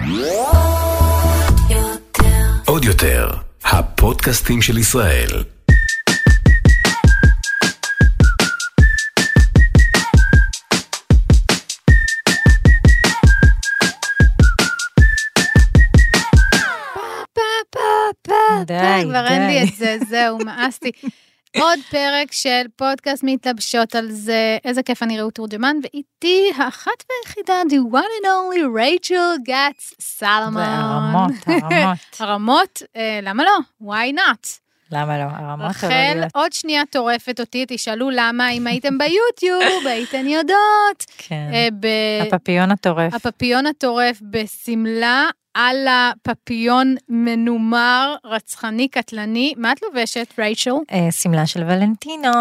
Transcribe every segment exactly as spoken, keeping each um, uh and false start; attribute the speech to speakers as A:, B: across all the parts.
A: עוד יותר, הפודקאסטים של ישראל.
B: די, כבר אין לי את זה, זהו, מאסתי. עוד פרק של פודקאסט מתלבשות על זה, איזה כיף, אני רעות תורג'מן, ואיתי האחת והיחידה, the one and only Rachel Gatz סלומון.
C: הרמות, הרמות.
B: הרמות, למה לא? why not?
C: למה לא? הרמות
B: רחל, עוד שנייה טורפת אותי, תשאלו למה, אם הייתם ביוטיוב, הייתן יודעות.
C: כן, הפפיון הטורף.
B: הפפיון הטורף בסמלה, על הפפיון מנומר, רצחני, קטלני. מה את לובשת, רייצ'ל?
C: סמלה של ולנטינו,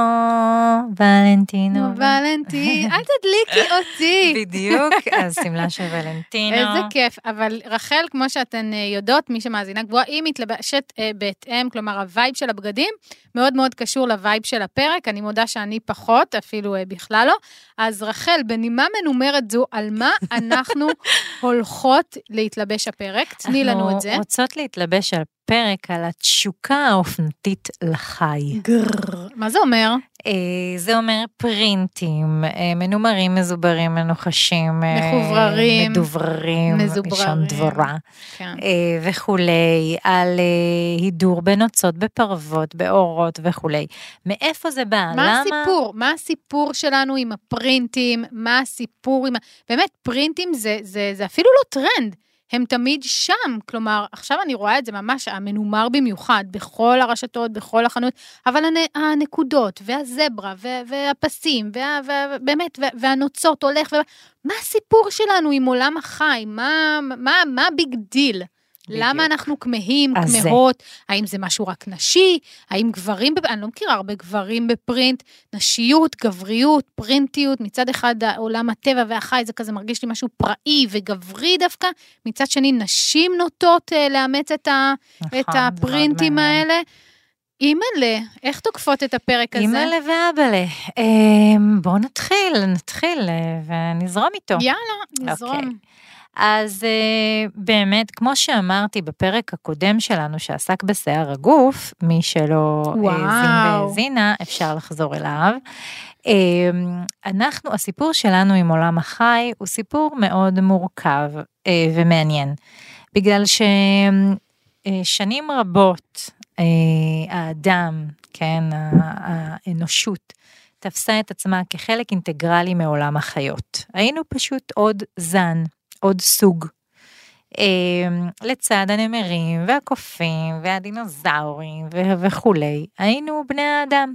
C: ולנטינו.
B: ולנטינו, אל תדליקי אותי.
C: בדיוק, אז סמלה של ולנטינו.
B: איזה כיף, אבל רחל, כמו שאתן יודעות, מי שמאזינה גבוהה, היא מתלבשת בהתאם, כלומר, הווייב של הבגדים, מאוד מאוד קשור לווייב של הפרק, אני מודה שאני פחות, אפילו בכלל לא. אז רחל, בנימה מנומרת זו, על מה אנחנו הולכות להתלבש הפרק? תני לנו את זה.
C: אנחנו רוצות להתלבש על פרק על התשוקה האופנתית לחי.
B: גרר. מה זה אומר?
C: זה אומר פרינטים, מנומרים, מזוברים, מנוחשים,
B: מחובררים,
C: מדובררים,
B: מזובררים,
C: דבורה,
B: כן.
C: וכולי, על הידור בנוצות, בפרוות, באורות וכולי. מאיפה זה בא?
B: מה
C: למה?
B: הסיפור? מה הסיפור שלנו עם הפרינטים? מה הסיפור עם... באמת, פרינטים זה, זה, זה אפילו לא טרנד. הם תמיד שם, כלומר, עכשיו אני רואה את זה ממש, המנומר במיוחד, בכל הרשתות, בכל החנות, אבל הנקודות, והזברה, והפסים, ובאמת, והנוצות הולך, מה הסיפור שלנו עם עולם החי? מה, מה, מה ביג דיל? למה אנחנו כמהים, כמהות? האם זה משהו רק נשי? האם גברים, אני לא מכירה הרבה גברים בפרינט, נשיות, גבריות, פרינטיות, מצד אחד עולם הטבע והחי, זה כזה מרגיש לי משהו פראי וגברי דווקא, מצד שני נשים נוטות לאמץ את, ה, את הפרינטים האלה. אימאלה, איך תוקפות את הפרק הזה?
C: אימאלה ואבאלה. בואו נתחיל, נתחיל ונזרום איתו.
B: יאללה, נזרום.
C: אוקיי. אז uh, באמת, כמו שאמרתי בפרק הקודם שלנו, שעסק בשיער הגוף, מי שלא האזין והאזינה, אפשר לחזור אליו. Uh, אנחנו, הסיפור שלנו עם עולם החי, הוא סיפור מאוד מורכב uh, ומעניין, בגלל ששנים רבות, uh, האדם, כן, האנושות, תפסה את עצמה כחלק אינטגרלי מעולם החיות. היינו פשוט עוד זן, עוד סוג, לצד הנמרים והקופים והדינוזאורים וכולי, היינו בני האדם,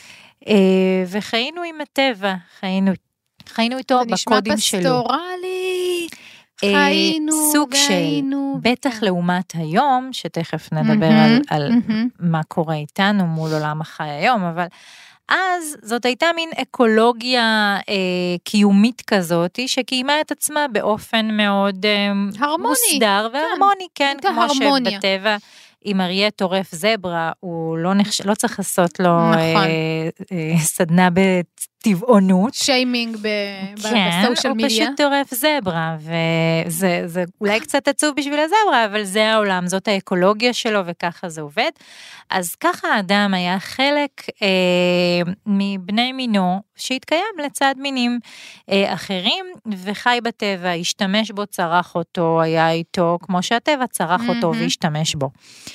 C: וחיינו עם הטבע, חיינו, חיינו איתו בקודים שלו.
B: זה נשמע פסטורלי, חיינו
C: סוג
B: והיינו.
C: של, בטח לעומת היום, שתכף נדבר על, על מה קורה איתנו מול עולם החי היום, אבל אז זאת הייתה מין אקולוגיה אה, קיומית כזאת, שקיימה את עצמה באופן מאוד אה,
B: הרמוני,
C: מוסדר והרמוני, כן, כן כמו
B: הרמוניה.
C: שבטבע, אם אריה טורף זברה, הוא לא, נחש... לא צריך לעשות לו נכון. אה, אה, סדנה בטבעונות.
B: שיימינג ב...
C: כן,
B: בסושיאל מדיה.
C: הוא פשוט טורף זברה, וזה זה אולי קצת עצוב בשביל הזברה, אבל זה העולם, זאת האקולוגיה שלו, וככה זה עובד. אז ככה האדם היה חלק אה, מבני מינו, שהתקיים לצד מינים אה, אחרים, וחי בטבע, השתמש בו, צרח אותו, היה איתו, כמו שהטבע צרח mm-hmm. אותו והשתמש בו.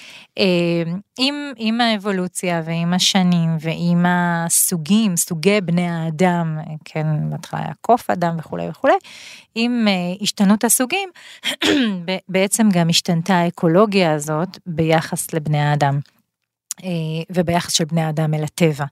C: עם, עם האבולוציה ועם השנים ועם הסוגים, סוגי בני האדם, כן, בהתחלה היה קוף אדם וכו' וכו', עם השתנות הסוגים, בעצם גם השתנתה האקולוגיה הזאת ביחס לבני האדם, וביחס של בני האדם אל הטבע.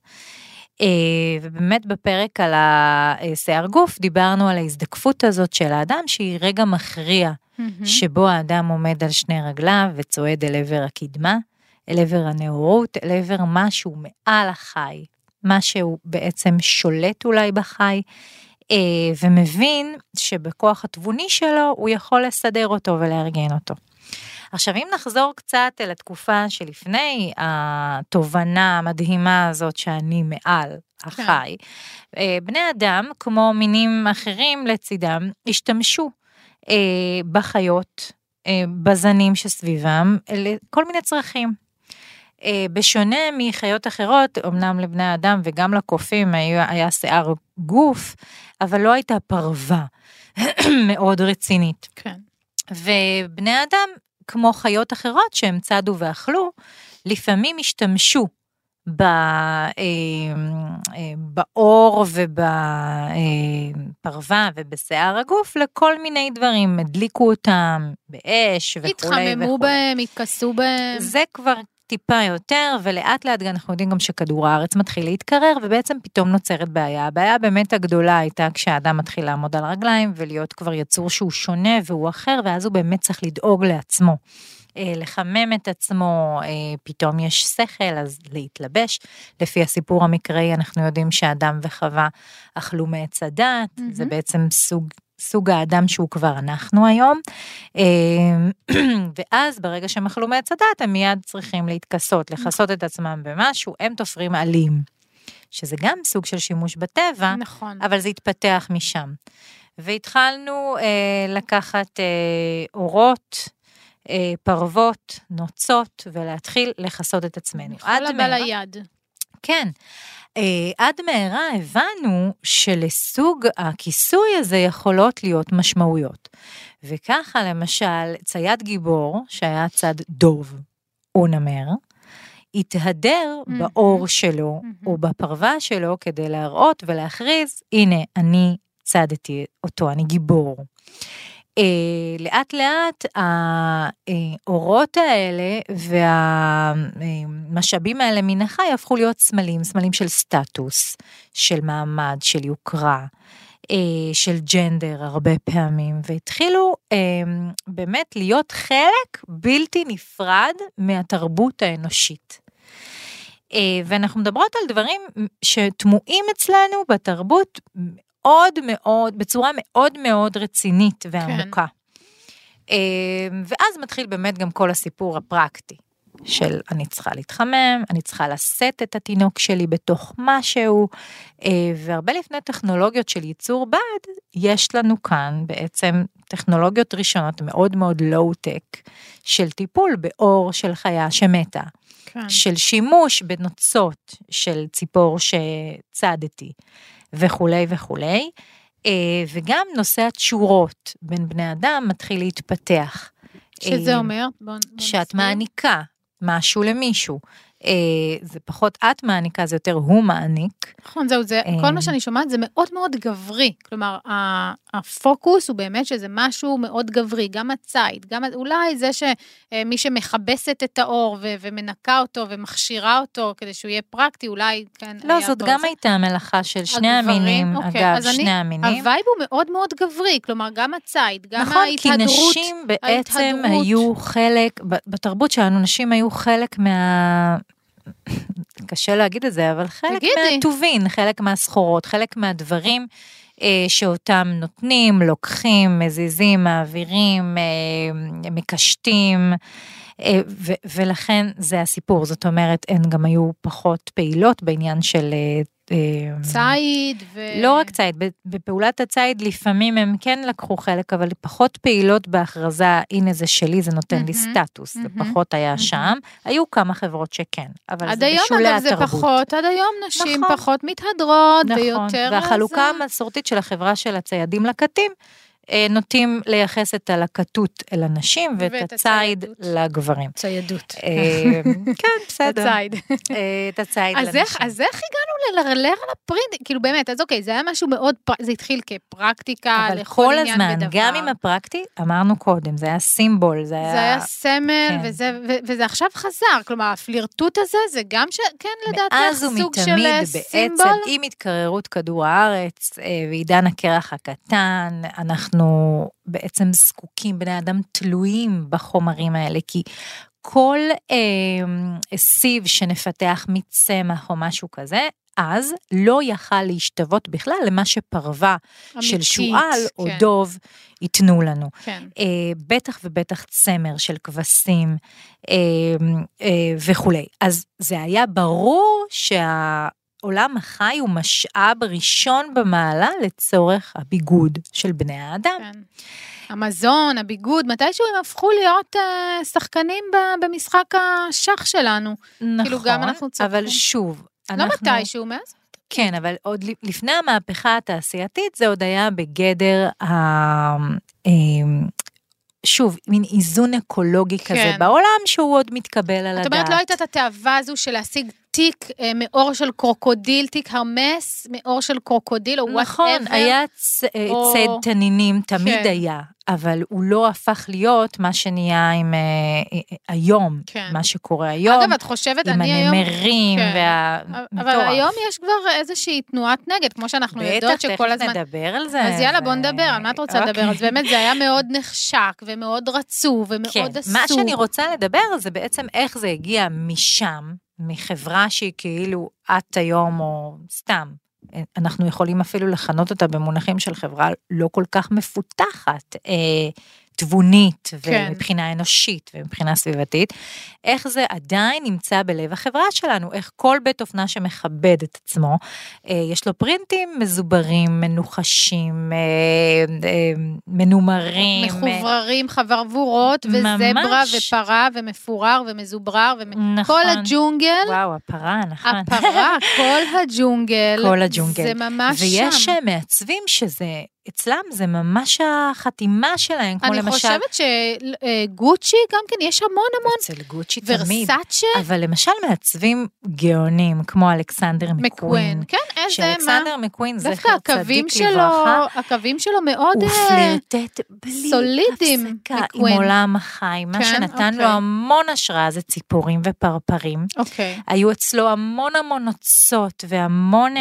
C: ובאמת בפרק על השיער גוף, דיברנו על ההזדקפות הזאת של האדם, שהיא רגע מכריע, שבו האדם עומד על שני רגליו וצועד אל עבר הקדמה, אל עבר הנאורות, אל עבר משהו מעל החי, משהו בעצם שולט אולי בחי, ומבין שבכוח התבוני שלו הוא יכול לסדר אותו ולארגן אותו. עכשיו אם נחזור קצת אל התקופה שלפני התובנה המדהימה הזאת שאני מעל החי, בני אדם כמו מינים אחרים לצידם השתמשו בחיות בזנים שסביבם, לכל מיני צרכים. בשונה מחיות אחרות, אמנם לבני האדם וגם לקופים היה, היה שיער גוף, אבל לא הייתה פרווה מאוד רצינית.
B: כן.
C: ובני האדם, כמו חיות אחרות שהם צדו ואכלו, לפעמים השתמשו באור ובפרווה ובשיער הגוף לכל מיני דברים, הדליקו אותם באש וכו'.
B: התחממו בהם, התכסו בהם.
C: זה כבר טיפה יותר, ולאט לאט אנחנו יודעים גם שכדור הארץ מתחיל להתקרר, ובעצם פתאום נוצרת בעיה. הבעיה באמת הגדולה הייתה כשהאדם מתחיל לעמוד על רגליים, ולהיות כבר יצור שהוא שונה והוא אחר, ואז הוא באמת צריך לדאוג לעצמו. לחמם את עצמו, פתאום יש שכל, אז להתלבש. לפי הסיפור המקראי, אנחנו יודעים שאדם וחווה אכלו מעץ הדת, mm-hmm. זה בעצם סוג, סוג האדם שהוא כבר אנחנו היום, ואז ברגע שהם אכלו מעץ הדת, הם מיד צריכים להתכסות, לחסות את עצמם במשהו, הם תופרים עלים, שזה גם סוג של שימוש בטבע,
B: נכון.
C: אבל זה התפתח משם. והתחלנו לקחת אורות, פרוות, נוצות, ולהתחיל לחסות את עצמנו.
B: כל הבא ליד.
C: כן. עד מהרה הבנו שלסוג הכיסוי הזה יכולות להיות משמעויות. וככה למשל, צייד גיבור, שהיה צד דוב או נמר, התהדר mm-hmm. באור שלו, mm-hmm. או בפרווה שלו, כדי להראות ולהכריז, הנה, אני צדתי אותו, אני גיבור. Uh, לאט לאט האורות האלה והמשאבים האלה מן החי הפכו להיות סמלים, סמלים של סטטוס, של מעמד, של יוקרה, uh, של ג'נדר הרבה פעמים, והתחילו uh, באמת להיות חלק בלתי נפרד מהתרבות האנושית. Uh, ואנחנו מדברות על דברים שתמוהים אצלנו בתרבות מאוד מאוד, בצורה מאוד מאוד רצינית ועמוקה. כן. ואז מתחיל באמת גם כל הסיפור הפרקטי, של אני צריכה להתחמם, אני צריכה לשאת את התינוק שלי בתוך משהו, והרבה לפני טכנולוגיות של ייצור בד, יש לנו כאן בעצם טכנולוגיות ראשונות מאוד מאוד לואו-טק, של טיפול באור של חיה שמתה, כן. של שימוש בנוצות של ציפור שצדתי, וכולי וכולי, וגם נושא התשורות בין בני אדם מתחיל להתפתח.
B: שזה אומר? בוא, בוא
C: שאת
B: נסביר.
C: מעניקה משהו למישהו. זה פחות את מעניקה, זה יותר הוא מעניק.
B: נכון, זהו, זה, כל מה שאני שומעת זה מאוד מאוד גברי, כלומר, הפוקוס הוא באמת שזה משהו מאוד גברי, גם הצייד, גם אולי זה שמי שמחבסת את האור ו- ומנקה אותו ומכשירה אותו כדי שהוא יהיה פרקטי, אולי כן.
C: לא, זאת גם זה. הייתה מלאכה של שני הגברים, המינים, אוקיי, אגב, שני אני, המינים.
B: הווייב הוא מאוד מאוד גברי, כלומר, גם הצייד, גם
C: נכון,
B: ההתהדרות.
C: נכון, כי נשים בעצם ההתהדרות. היו חלק, בתרבות שלנו, נשים היו חלק מה... קשה להגיד את זה, אבל חלק מהטובין, חלק מהסחורות, חלק מהדברים אה, שאותם נותנים, לוקחים, מזיזים, מעבירים, אה, מקשטים, אה, ו- ולכן זה הסיפור, זאת אומרת, הן גם היו פחות פעילות בעניין של... אה,
B: צייד ו...
C: לא רק צייד, בפעולת הצייד לפעמים הם כן לקחו חלק, אבל פחות פעילות בהכרזה, הנה זה שלי, זה נותן לי סטטוס, זה פחות היה שם, היו כמה חברות שכן, אבל זה בשולי התרבות.
B: עד היום אגב זה פחות, עד היום נשים פחות מתהדרות ויותר...
C: והחלוקה המסורתית של החברה של הציידים לקטים, נוטים לייחס את הלקטות אל הנשים, ואת הצייד לגברים.
B: ציידות.
C: כן, בסדר.
B: הצייד.
C: את הצייד לנשים.
B: אז איך הגענו ללרלר על הפרינט? כאילו באמת, אז אוקיי, זה היה משהו מאוד, זה התחיל כפרקטיקה,
C: אבל כל הזמן, גם עם הפרקטי, אמרנו קודם, זה היה סימבול, זה היה...
B: זה היה סמל, וזה עכשיו חזר, כלומר, הפלירטוט הזה, זה גם שכן לדעתי סוג של סימבול.
C: בעצם, עם התקררות כדור הארץ, ועידן הקרח הקטן, אנחנו אנחנו בעצם זקוקים, בני אדם תלויים בחומרים האלה, כי כל אה, סיב שנפתח מצמח או משהו כזה, אז לא יכל להשתוות בכלל למה שפרווה אמיתית, של שואל כן. או דוב ייתנו לנו.
B: כן.
C: אה, בטח ובטח צמר של כבשים אה, אה, וכולי. אז זה היה ברור שה... עולם החי הוא משאב ראשון במעלה לצורך הביגוד של בני האדם.
B: כן. המזון, הביגוד, מתישהו הם הפכו להיות uh, שחקנים ב- במשחק השח שלנו.
C: נכון,
B: כאילו גם אנחנו צוחקים.
C: אבל שוב,
B: לא
C: אנחנו...
B: מתישהו, מאז?
C: כן, אבל עוד לפני המהפכה התעשייתית, זה עוד היה בגדר ה... שוב, מין איזון אקולוגי כן. כזה בעולם, שהוא עוד מתקבל על הדעת.
B: זאת אומרת, לא הייתה את התאווה הזו של להשיג תיק אה, מאור של קרוקודיל, תיק הרמס, מאור של קרוקודיל, או
C: נכון,
B: whatever,
C: היה צ... או... צד תנינים, תמיד כן. היה, אבל הוא לא הפך להיות מה שנהיה עם אה, היום, כן. מה שקורה היום.
B: אגב, את חושבת,
C: עם
B: אני היום...
C: הנמרים
B: כן.
C: והמטורף.
B: אבל היום יש כבר איזושהי תנועת נגד, כמו שאנחנו
C: בטח,
B: יודעות שכל הזמן...
C: בטח, תכף נדבר על זה.
B: אז יאללה,
C: זה...
B: בוא נדבר, על מה את רוצה
C: אוקיי.
B: לדבר? אז באמת זה היה מאוד נחשק, ומאוד רצו, ומאוד
C: כן.
B: אסור.
C: מה שאני רוצה לדבר זה בעצם איך זה הגיע משם, מחברה שהיא כאילו את היום או סתם, אנחנו יכולים אפילו לכנות אותה במונחים של חברה לא כל כך מפותחת, אה, תבונית
B: כן.
C: ומבחינה אנושית ומבחינה סביבתית, איך זה עדיין נמצא בלב החברה שלנו, איך כל בית אופנה שמכבד את עצמו, אה, יש לו פרינטים מזוברים, מנוחשים, אה, אה, מנומרים.
B: מחובררים, חברבורות, וזברה ופרה ומפורר ומזוברר,
C: נכון.
B: כל הג'ונגל.
C: וואו, הפרה, נכון.
B: הפרה, כל הג'ונגל.
C: כל הג'ונגל.
B: זה ממש
C: ויש
B: שם.
C: ויש מעצבים שזה... אצלם זה ממש החתימה שלהם, כמו
B: אני
C: למשל...
B: אני חושבת שגוצ'י גם כן, יש המון המון.
C: אצל גוצ'י תמיד.
B: ורסאצ'ה.
C: אבל למשל מעצבים גאונים, כמו אלכסנדר מקווין.
B: כן, איזה מה?
C: שאלכסנדר מקווין, זכר צדיק
B: שלו,
C: לברכה.
B: הקווים שלו מאוד...
C: הוא פלרטט בלי
B: סולידים,
C: הפסקה
B: מקווין.
C: עם עולם החי. מה
B: כן,
C: שנתן
B: אוקיי.
C: לו המון השראה זה ציפורים ופרפרים.
B: אוקיי.
C: היו אצלו המון המון נוצות והמון...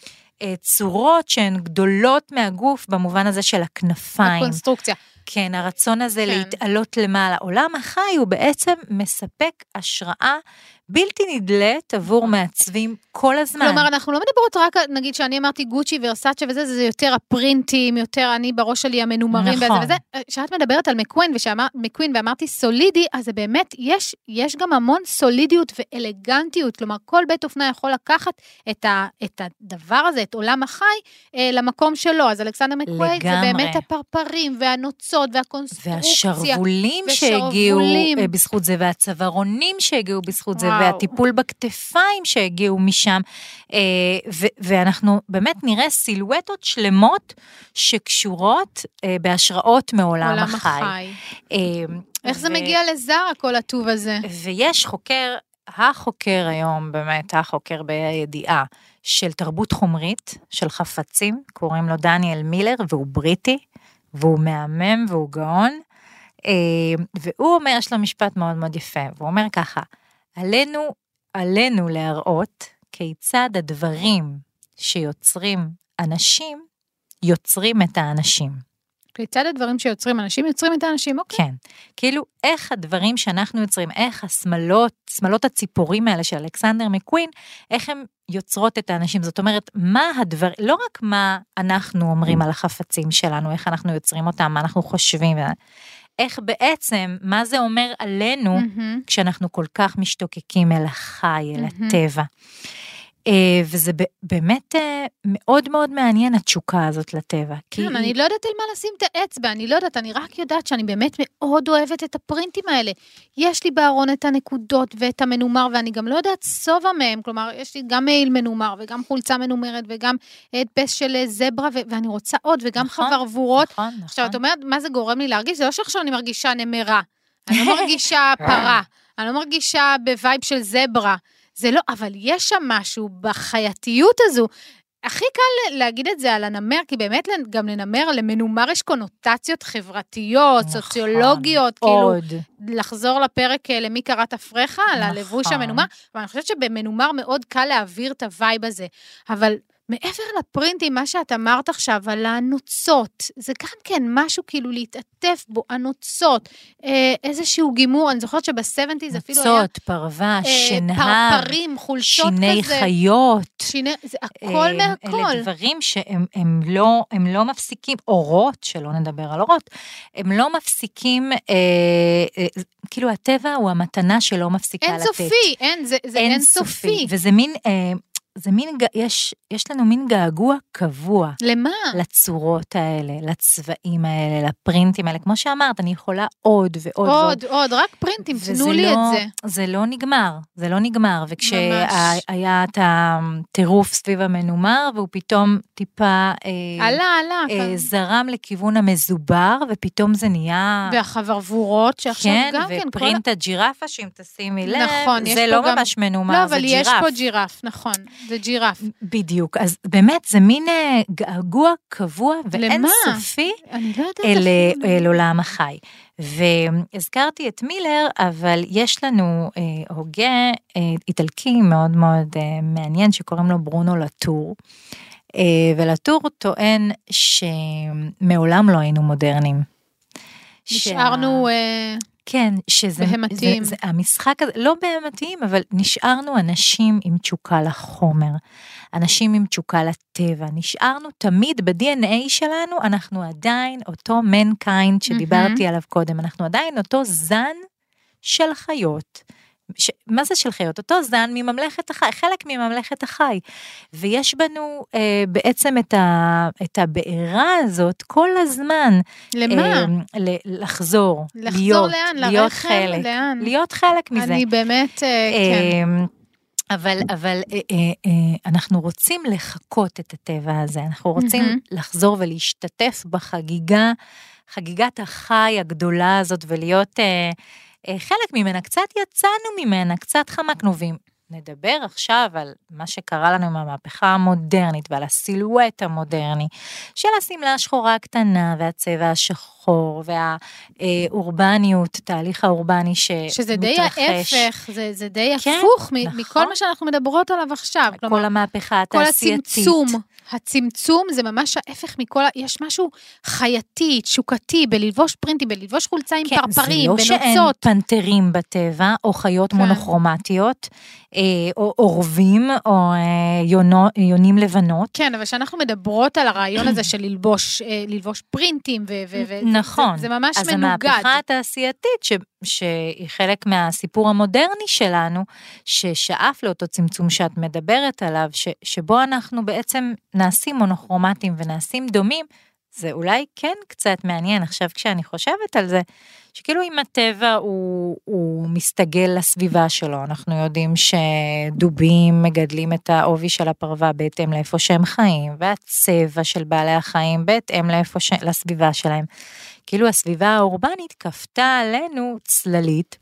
C: צורות שהן גדולות מהגוף, במובן הזה של הכנפיים.
B: הקונסטרוקציה.
C: כן, הרצון הזה
B: כן.
C: להתעלות למעלה. עולם החי הוא בעצם מספק השראה בלתי נדלת עבור מעצבים כל הזמן.
B: כלומר, אנחנו לא מדברות רק, נגיד שאני אמרתי גוצ'י ורסאצ'ה וזה, זה יותר הפרינטים, יותר אני בראש שלי המנומרים
C: נכון.
B: וזה וזה. שאת מדברת על מקווין, מקווין ואמרתי סולידי, אז זה באמת, יש, יש גם המון סולידיות ואלגנטיות, כלומר, כל בית אופנה יכול לקחת את, ה, את הדבר הזה, את עולם החי, אה, למקום שלו. אז אלכסנדר מקווין זה באמת הפרפרים והנוצות והקונסטרוקציה.
C: והשרבולים שהגיעו בזכות זה, והצווארונים שהגיעו בזכות זה, והטיפול בכתפיים שהגיעו משם, ואנחנו באמת נראה סילואטות שלמות שקשורות בהשראות מעולם החי.
B: איך זה מגיע לזרה, כל הטוב הזה?
C: ויש חוקר, החוקר היום, באמת החוקר בידיעה, של תרבות חומרית, של חפצים, קוראים לו דניאל מילר, והוא בריטי, והוא מהמם והוא גאון, והוא אומר, יש לו משפט מאוד מאוד יפה, והוא אומר ככה, עלינו, עלינו להראות כיצד הדברים שיוצרים אנשים, יוצרים את האנשים.
B: כיצד הדברים שיוצרים אנשים, יוצרים את האנשים, אוקיי.
C: כן, כאילו איך הדברים שאנחנו יוצרים, איך השמלות, שמלות הציפורים האלה של אלכסנדר מקווין, איך הם יוצרות את האנשים, זאת אומרת, מה הדבר, לא רק מה אנחנו אומרים על החפצים שלנו, איך אנחנו יוצרים אותם, מה אנחנו חושבים, איך בעצם, מה זה אומר עלינו, mm-hmm. כשאנחנו כל כך משתוקקים אל החי, אל mm-hmm. הטבע. וזה באמת מאוד מאוד מעניין התשוקה הזאת לטבע.
B: כן, אני לא יודעת על מה לשים את האצבע, אני לא יודעת, אני רק יודעת שאני באמת מאוד אוהבת את הפרינטים האלה. יש לי בארון את הנקודות ואת המנומר, ואני גם לא יודעת סובה מהם, כלומר, יש לי גם מעיל מנומר, וגם חולצה מנומרת, וגם הדפס של זברה, ואני רוצה עוד, וגם חברבורות. עכשיו, את אומרת, מה זה גורם לי להרגיש? זה לא שעכשיו אני מרגישה נמרה, אני לא מרגישה פרה, אני לא מרגישה בווייב של זברה. זה לא, אבל יש שם משהו בחייתיות הזו. הכי קל להגיד את זה על הנמר, כי באמת גם לנמר, למנומר יש קונוטציות חברתיות, נכון, סוציולוגיות,
C: עוד.
B: כאילו, לחזור לפרק למי קראת הפרחה, נכון. על הלבוש המנומר, ואני חושבת שבמנומר מאוד קל להעביר את הווייב הזה, אבל מעבר לפרינטים, מה שאת אמרת עכשיו, על הנוצות, זה גם כן משהו כאילו להתעטף בו, הנוצות, אה, איזשהו גימור, אני זוכרת שבסבנטי זה אפילו היה...
C: נוצות, פרווה, אה, שנהר,
B: פרפרים, חולשות
C: שיני
B: כזה.
C: חיות.
B: שיני, זה הכל אה, מהכל.
C: אלה דברים שהם הם לא, הם לא מפסיקים, אורות, שלא נדבר על אורות, הם לא מפסיקים, אה, אה, כאילו הטבע הוא המתנה שלא מפסיקה
B: אין
C: לתת.
B: סופי, אין, זה, זה אין, אין סופי.
C: סופי. וזה מין... אה, זה מין, יש, יש לנו מין געגוע קבוע.
B: למה?
C: לצורות האלה, לצבעים האלה, לפרינטים האלה. כמו שאמרת, אני יכולה עוד ועוד
B: עוד, ועוד. עוד, רק פרינטים, תנו לי
C: לא,
B: את זה.
C: זה לא נגמר, זה לא נגמר. וכשהיה את הטירוף סביב המנומר, והוא פתאום טיפה...
B: עלה, עלה.
C: אה, זרם לכיוון המזובר, ופתאום זה נהיה...
B: והחברבורות שעכשיו
C: כן,
B: גם כן...
C: ופרינט כל... הג'ירפה, שאם תשימי לב,
B: נכון,
C: זה לא גם... ממש מנומר,
B: לא,
C: זה
B: אבל
C: ג'ירף.
B: יש פה ג'ירף, נכון, זה ג'ירף.
C: בדיוק, אז באמת זה מין געגוע קבוע ואין סופי אל, אל עולם החי. והזכרתי את מילר, אבל יש לנו אה, הוגה אה, איטלקי מאוד מאוד אה, מעניין, שקוראים לו ברונו לטור, אה, ולטור טוען שמעולם לא היינו מודרניים.
B: נשארנו... שה... אה...
C: כן, שזה
B: בהמתיים.
C: זה, זה, המשחק הזה, לא בהמתיים, אבל נשארנו אנשים עם תשוקה לחומר, אנשים עם תשוקה לטבע, נשארנו תמיד ב-די אן איי שלנו, אנחנו עדיין אותו מנקיינד שדיברתי mm-hmm. עליו קודם, אנחנו עדיין אותו זן של חיות, ש... מה זה של חיות? אותו זן מממלכת החי, חלק מממלכת החי, ויש בנו אה, בעצם את, ה... את הבעירה הזאת כל הזמן.
B: למה?
C: אה, ל... לחזור,
B: לחזור
C: להיות,
B: לאן?
C: להיות
B: לרחם?
C: חלק,
B: לאן?
C: להיות חלק מזה.
B: אני באמת, אה,
C: אה,
B: כן.
C: אבל, אבל אה, אה, אה, אנחנו רוצים לחכות את הטבע הזה, אנחנו רוצים mm-hmm. לחזור ולהשתתף בחגיגה, חגיגת החי הגדולה הזאת, ולהיות... אה, חלק ממנה, קצת יצאנו ממנה, קצת חמקנו, ונדבר עכשיו על מה שקרה לנו עם המהפכה המודרנית, ועל הסילואט המודרני, של השמלה השחורה הקטנה, והצבע השחור, והאורבניות, תהליך האורבני שמתרחש.
B: שזה די ההפך, זה, זה די כן, הפוך, נכון. מכל מה שאנחנו מדברות עליו עכשיו.
C: כל
B: כלומר,
C: המהפכה התעשייתית.
B: כל הצמצום. הצמצום זה ממש ההפך מכל, יש משהו חייתי, תשוקתי, בללבוש פרינטים, בללבוש חולצה עם
C: כן,
B: פרפרים, בנוצות.
C: זה לא שאין פנתרים בטבע, או חיות כן. מונוכרומטיות, או עורבים, או יונו, יונים לבנות.
B: כן, אבל שאנחנו מדברות על הרעיון הזה של ללבוש, ללבוש פרינטים, ו- ו- ו-
C: נכון.
B: זה, זה ממש
C: אז
B: מנוגד.
C: אז המהפכה התעשייתית, ש... שהיא חלק מהסיפור המודרני שלנו, ששאף לאותו צמצום שאת מדברת עליו, ש, שבו אנחנו בעצם נעשים מונוכרומטיים ונעשים דומים, זה אולי כן קצת מעניין, עכשיו כשאני חושבת על זה, שכאילו אם הטבע הוא, הוא מסתגל לסביבה שלו, אנחנו יודעים שדובים מגדלים את העובי של הפרווה בהתאם לאיפה שהם חיים, והצבע של בעלי החיים בהתאם לאיפה ש... לסביבה שלהם. כאילו הסביבה האורבנית כפתה עלינו צללית,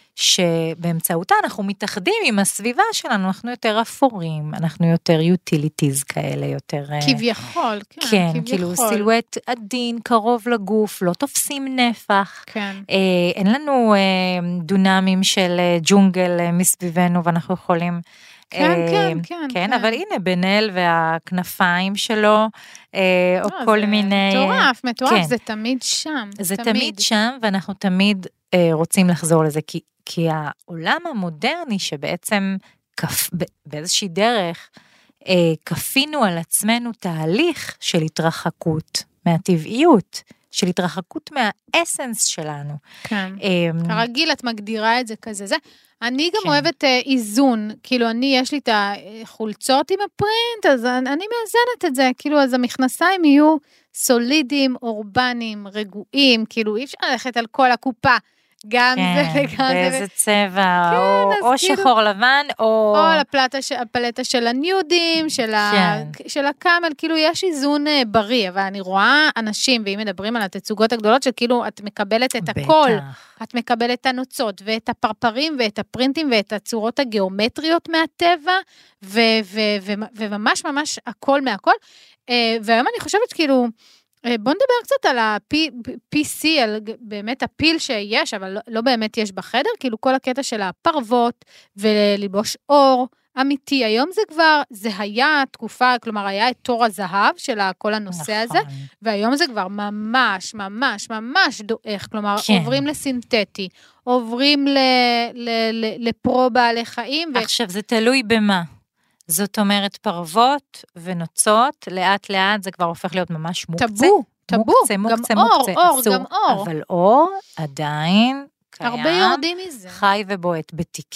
C: שבאמצעותה אנחנו מתאחדים עם הסביבה שלנו, אנחנו יותר אפורים, אנחנו יותר יוטיליטיז כאלה, יותר...
B: כביכול, כן,
C: כן,
B: כביכול.
C: כאילו סילואט עדין, קרוב לגוף, לא תופסים נפח.
B: כן.
C: אה, אין לנו אה, דונמים של ג'ונגל מסביבנו, ואנחנו יכולים...
B: כן,
C: אה,
B: כן, כן.
C: כן, אבל הנה, בנל והכנפיים שלו, אה, או כל מיני...
B: מטורף, מטורף,
C: כן.
B: זה תמיד שם.
C: זה תמיד, תמיד שם, ואנחנו תמיד אה, רוצים לחזור לזה, כי... כי העולם המודרני שבעצם כפ... באיזושהי דרך אה, כפינו על עצמנו תהליך של התרחקות מהטבעיות, של התרחקות מהאסנס שלנו.
B: כן,
C: אה,
B: כרגיל את מגדירה את זה כזה, זה. אני גם
C: כן.
B: אוהבת אה, איזון, כאילו אני יש לי את החולצות עם הפרינט, אז אני, אני מאזנת את זה, כאילו אז המכנסיים יהיו סולידיים, אורבניים, רגועים, כאילו אי אפשר ללכת על כל הקופה, גם
C: כן,
B: זה וגם זה.
C: באיזה צבע,
B: כן,
C: או, או
B: כאילו,
C: שחור לבן, או...
B: או לפלטה, הפלטה של הניודים, של, כן. ה, של הקאמל, כאילו יש איזון בריא, אבל אני רואה אנשים, ואם מדברים על התצוגות הגדולות, שכאילו את מקבלת את בטח. הכל, את מקבלת את הנוצות, ואת הפרפרים, ואת הפרינטים, ואת הצורות הגיאומטריות מהטבע, ו, ו, ו, ו, וממש ממש הכל מהכל, והיום אני חושבת כאילו, בוא נדבר קצת על ה-פי סי, על באמת הפיל שיש, אבל לא, לא באמת יש בחדר, כאילו כל הקטע של הפרוות, וללבוש אור אמיתי, היום זה כבר, זה היה תקופה, כלומר היה את תור הזהב של כל הנושא נכון. הזה, והיום זה כבר ממש, ממש, ממש דואך, כלומר כן. עוברים לסינתטי, עוברים ל, ל, ל, לפרו בעלי חיים.
C: ו... עכשיו זה תלוי במה. זאת אומרת, פרוות ונוצות, לאט לאט זה כבר הופך להיות ממש מוקצה.
B: טבו, טבו.
C: מוקצה, מוקצה,
B: גם
C: מוקצה.
B: אור, אור,
C: אסור.
B: גם אור.
C: אבל אור עדיין קיים.
B: הרבה יורדים מזה.
C: חי ובועט בתיקים,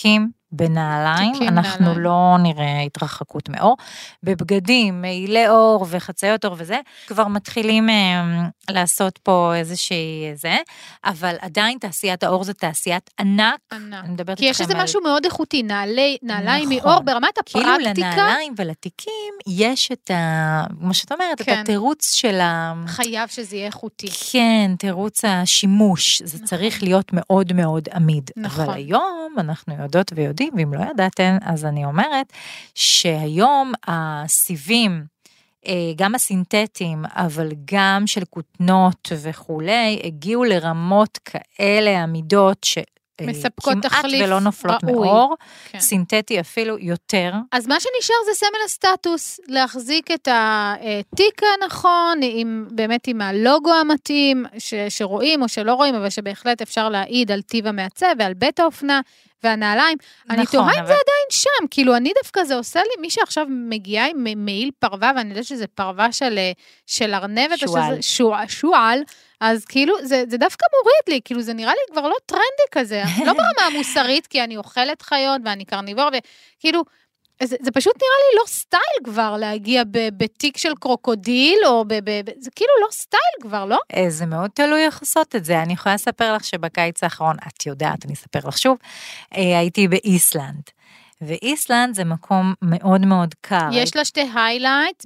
C: בנעליים,
B: תיקים
C: אנחנו
B: נעליים.
C: לא נראה התרחקות מאור. בבגדים, מעילי אור וחצאיות אור וזה, כבר מתחילים אה, לעשות פה איזושהי זה, אבל עדיין תעשיית האור זה תעשיית ענק.
B: ענק.
C: אני מדברת
B: כי יש
C: איתכם
B: איזה
C: על...
B: משהו מאוד איכותי, נעלי, נעליים
C: נכון.
B: מאור ברמת
C: כאילו
B: הפרקטיקה.
C: לנעליים ולתיקים יש את ה... כמו שאת אומרת,
B: כן.
C: את התירוץ של ה...
B: חייב שזה יהיה איכותי.
C: כן, תירוץ השימוש, זה
B: נכון.
C: צריך להיות מאוד מאוד עמיד.
B: נכון.
C: אבל היום אנחנו יודעות ויודעים, ואם לא ידעתם, אז אני אומרת, שהיום הסיבים, גם הסינתטיים, אבל גם של כותנות וכולי, הגיעו לרמות כאלה עמידות ש...
B: מספקות
C: כמעט
B: תחליף
C: ולא נופלות
B: ראוי.
C: מאור,
B: כן.
C: סינתטי אפילו יותר.
B: אז מה שנשאר זה סמל הסטטוס, להחזיק את התיק הנכון, עם, באמת עם הלוגו המתאים, ש, שרואים או שלא רואים, אבל שבהחלט אפשר להעיד על טיב המעצב ועל בית האופנה והנעליים. נכון, אני תוהה אבל... אם זה עדיין שם, כאילו אני דווקא זה עושה לי, מי שעכשיו מגיעה עם מעיל פרווה, ואני יודעת שזה פרווה של, של ארנבת,
C: שואל.
B: שזה, שוע, שועל, אז כאילו זה, זה דווקא מוריד לי, כאילו זה נראה לי כבר לא טרנדי כזה, לא ברמה המוסרית, כי אני אוכלת חיות ואני קרניבור, וכאילו, זה, זה פשוט נראה לי לא סטייל כבר להגיע בתיק של קרוקודיל, או ב, ב, ב, זה כאילו לא סטייל כבר, לא?
C: זה מאוד תלוי איך לעשות את זה, אני יכולה לספר לך שבקיץ האחרון, את יודעת, אני אספר לך שוב, הייתי באיסלנד, ואיסלנד זה מקום מאוד מאוד קר.
B: יש לה שתי היילייט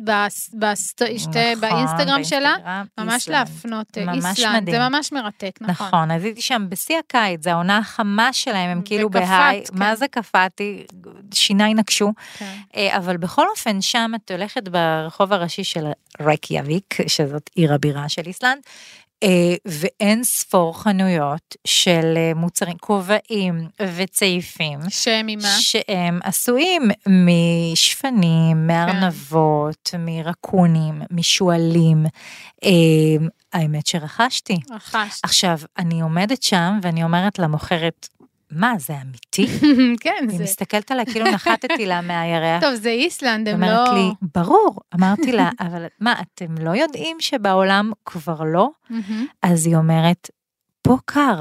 B: באינסטגרם שלה, ממש להפנות איסלנד, זה ממש מרתק, נכון.
C: נכון, אז הייתי שם בשיא הקיץ, זה העונה החמה שלהם, הם כאילו בהיי, מה זה קפאתי, שיניי נקשו, אבל בכל אופן שם את הולכת ברחוב הראשי של ריקיאביק, שזאת עיר הבירה של איסלנד, ואין ספור חנויות של מוצרים, כובעים וצעיפים.
B: שהם ממה?
C: שהם עשויים משפנים, מארנבות, מרקונים, משועלים. האמת שרכשתי.
B: רכשת.
C: עכשיו, אני עומדת שם ואני אומרת למוכרת, מה, זה אמיתי?
B: כן, זה.
C: היא מסתכלת עליה, כאילו נחתתי לה מהירח.
B: טוב, זה איסלנד, הם לא...
C: אומרת לי, ברור, אמרתי לה, אבל מה, אתם לא יודעים שבעולם כבר לא? אז היא אומרת, פה קר.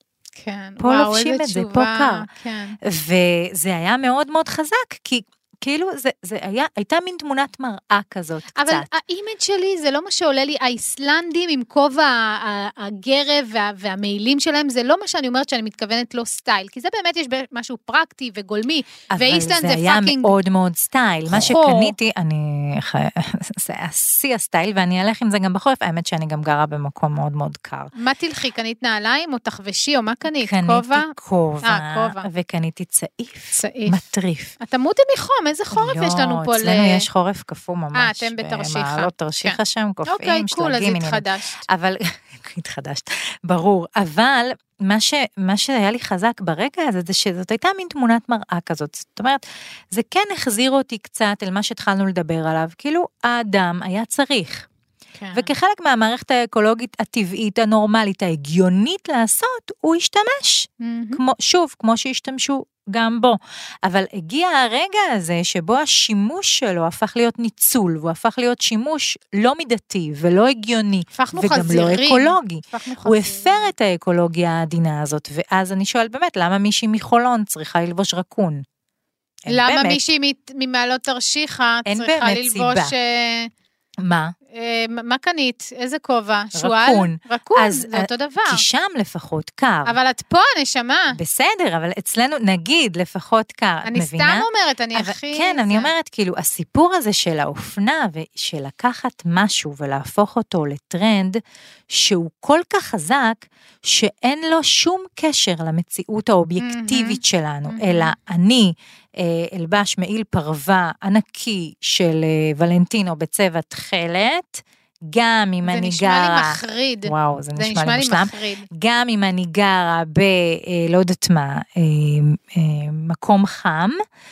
B: כן.
C: פה לובשים את זה, פה קר.
B: כן.
C: וזה היה מאוד מאוד חזק, כי... כאילו זה, זה היה, הייתה מין תמונת מראה כזאת
B: אבל
C: קצת.
B: אבל האימג' שלי זה לא מה שעולה לי, האיסלנדים עם כובע הגרב וה, והמעילים שלהם, זה לא מה שאני אומרת שאני מתכוונת לא סטייל, כי זה באמת יש משהו פרקטי וגולמי, ואיסלנד זה, זה
C: היה
B: פאקינג...
C: מאוד מאוד סטייל,
B: חור.
C: מה שקניתי, אני, זה עשי הסטייל, ואני אלך עם זה גם בחורף, האמת שאני גם גרה במקום מאוד מאוד קר.
B: מה תלכי, קנית נעליים או תחבשי, או מה קנית?
C: קניתי
B: כובע?
C: כובע,
B: אה, כובע.
C: וקניתי צעיף,
B: צעיף.
C: מטריף.
B: אתה מותי מחום, איזה חורף יש לנו פה?
C: אצלנו יש חורף קפוא ממש.
B: אה, אתם בתרשיחה.
C: במעלות תרשיחה שם, קופאים,
B: אוקיי, קול, אז התחדשת.
C: אבל, התחדשת, ברור. אבל מה ש, מה שהיה לי חזק ברגע הזה, זה שזאת הייתה מין תמונת מראה כזאת. זאת אומרת, זה כן החזיר אותי קצת אל מה שהתחלנו לדבר עליו. כאילו, האדם היה צריך.
B: כן.
C: וכחלק מהמערכת האקולוגית הטבעית, הנורמלית, ההגיונית לעשות, הוא השתמש.
B: Mm-hmm.
C: כמו, שוב, כמו שהשתמשו גם בו. אבל הגיע הרגע הזה שבו השימוש שלו הפך להיות ניצול, והוא הפך להיות שימוש לא מידתי ולא הגיוני, וגם
B: חזירים.
C: לא אקולוגי. הוא
B: חזירים.
C: הפר את האקולוגיה העדינה הזאת, ואז אני שואל באמת, למה מישהי מחולון צריכה ללבוש רקון?
B: למה
C: באמת,
B: מישהי ממעלות תרשיחה צריכה ללבוש... סיבה.
C: מה?
B: מה קנית? איזה כובע? שואל?
C: רקון.
B: רקון, זה אותו דבר.
C: כי שם לפחות קר.
B: אבל את פה, נשמה.
C: בסדר, אבל אצלנו נגיד לפחות קר.
B: אני סתם אומרת, אני הכי...
C: כן, אני אומרת, כאילו, הסיפור הזה של האופנה, ושל לקחת משהו ולהפוך אותו לטרנד, שהוא כל כך חזק, שאין לו שום קשר למציאות האובייקטיבית שלנו, אלא אני אלבש מעיל פרווה ענקי של ולנטינו בצבע תכלת, גם אם אני גרה... זה נשמע
B: לי מחריד.
C: וואו, זה נשמע לי
B: מושלם.
C: גם אם אני גרה ב... לא יודעת מה, מקום חם,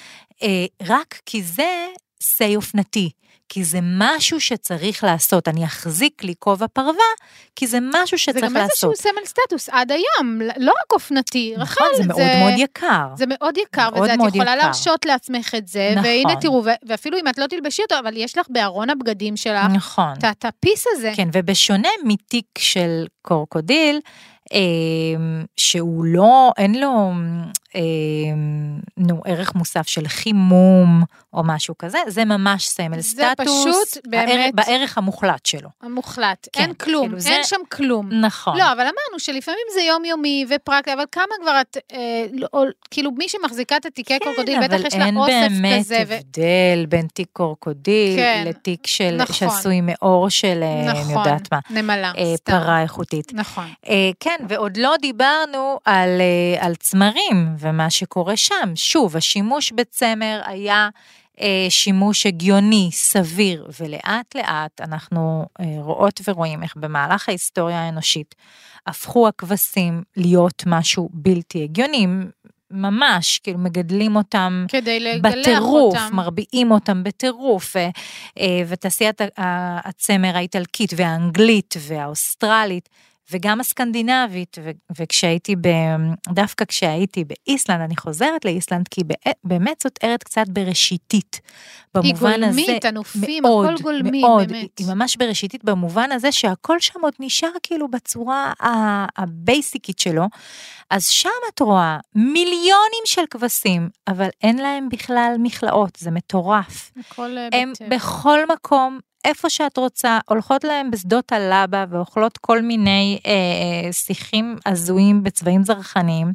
C: רק כי זה סי אופנתי. כי זה משהו שצריך לעשות, אני אחזיק לי כובע פרווה, כי זה משהו שצריך לעשות.
B: זה גם איזשהו סמל סטטוס, עד היום, לא רק אופנתי,
C: נכון, זה מאוד מאוד יקר.
B: זה מאוד יקר, וזה את יכולה להרשות לעצמך את זה, והנה תראו, ואפילו אם את לא תלבשי אותו, אבל יש לך בארון הבגדים שלך,
C: נכון.
B: את הפיס הזה.
C: כן, ובשונה מתיק של קורקודיל, שהוא לא, אין לו נו, ערך מוסף של חימום, או משהו כזה, זה ממש סמל
B: זה
C: סטטוס,
B: פשוט באמת...
C: בערך המוחלט שלו.
B: המוחלט,
C: כן,
B: אין כלום,
C: כאילו
B: אין
C: זה...
B: שם כלום.
C: נכון.
B: לא, אבל אמרנו שלפעמים זה יומיומי ופרקטי, אבל כמה כבר את, אה, לא, כאילו מי שמחזיקה את התיקי
C: כן,
B: קורקודיל, בטח יש לה אוסף
C: אבל אין באמת
B: כזה.
C: הבדל ו... בין תיק קורקודיל
B: כן,
C: לתיק של,
B: נכון.
C: שעשוי מאור של,
B: נכון,
C: אני יודעת מה,
B: נמלה,
C: אה,
B: סתם.
C: פרה איכותית.
B: נכון.
C: אה, כן, ועוד לא דיברנו על, אה, על צמרים ומה שקורה שם. שוב, השימוש בצמר היה אה, שימוש הגיוני, סביר, ולאט לאט אנחנו אה, רואות ורואים איך במהלך ההיסטוריה האנושית הפכו הכבשים להיות משהו בלתי הגיוני, ממש, כאילו מגדלים אותם בטירוף, אותם. מרביעים אותם בטירוף, ו, אה, ותעשיית הצמר האיטלקית והאנגלית והאוסטרלית, וגם הסקנדינבית, ו- וכשהייתי, ב- דווקא כשהייתי באיסלנד, אני חוזרת לאיסלנד, כי באמת זאת ארץ קצת בראשיתית, במובן הזה.
B: היא גולמית, ענופים,
C: מאוד,
B: הכל גולמי,
C: מאוד,
B: באמת.
C: היא ממש בראשיתית, במובן הזה שהכל שם עוד נשאר כאילו בצורה הבייסיקית שלו, אז שם את רואה מיליונים של כבשים, אבל אין להם בכלל מכלאות, זה מטורף. הם בטבע. בכל מקום, איפה שאת רוצה, הולכות להם בשדות הלבה, ואוכלות כל מיני אה, שיחים עזויים בצבעים זרחניים,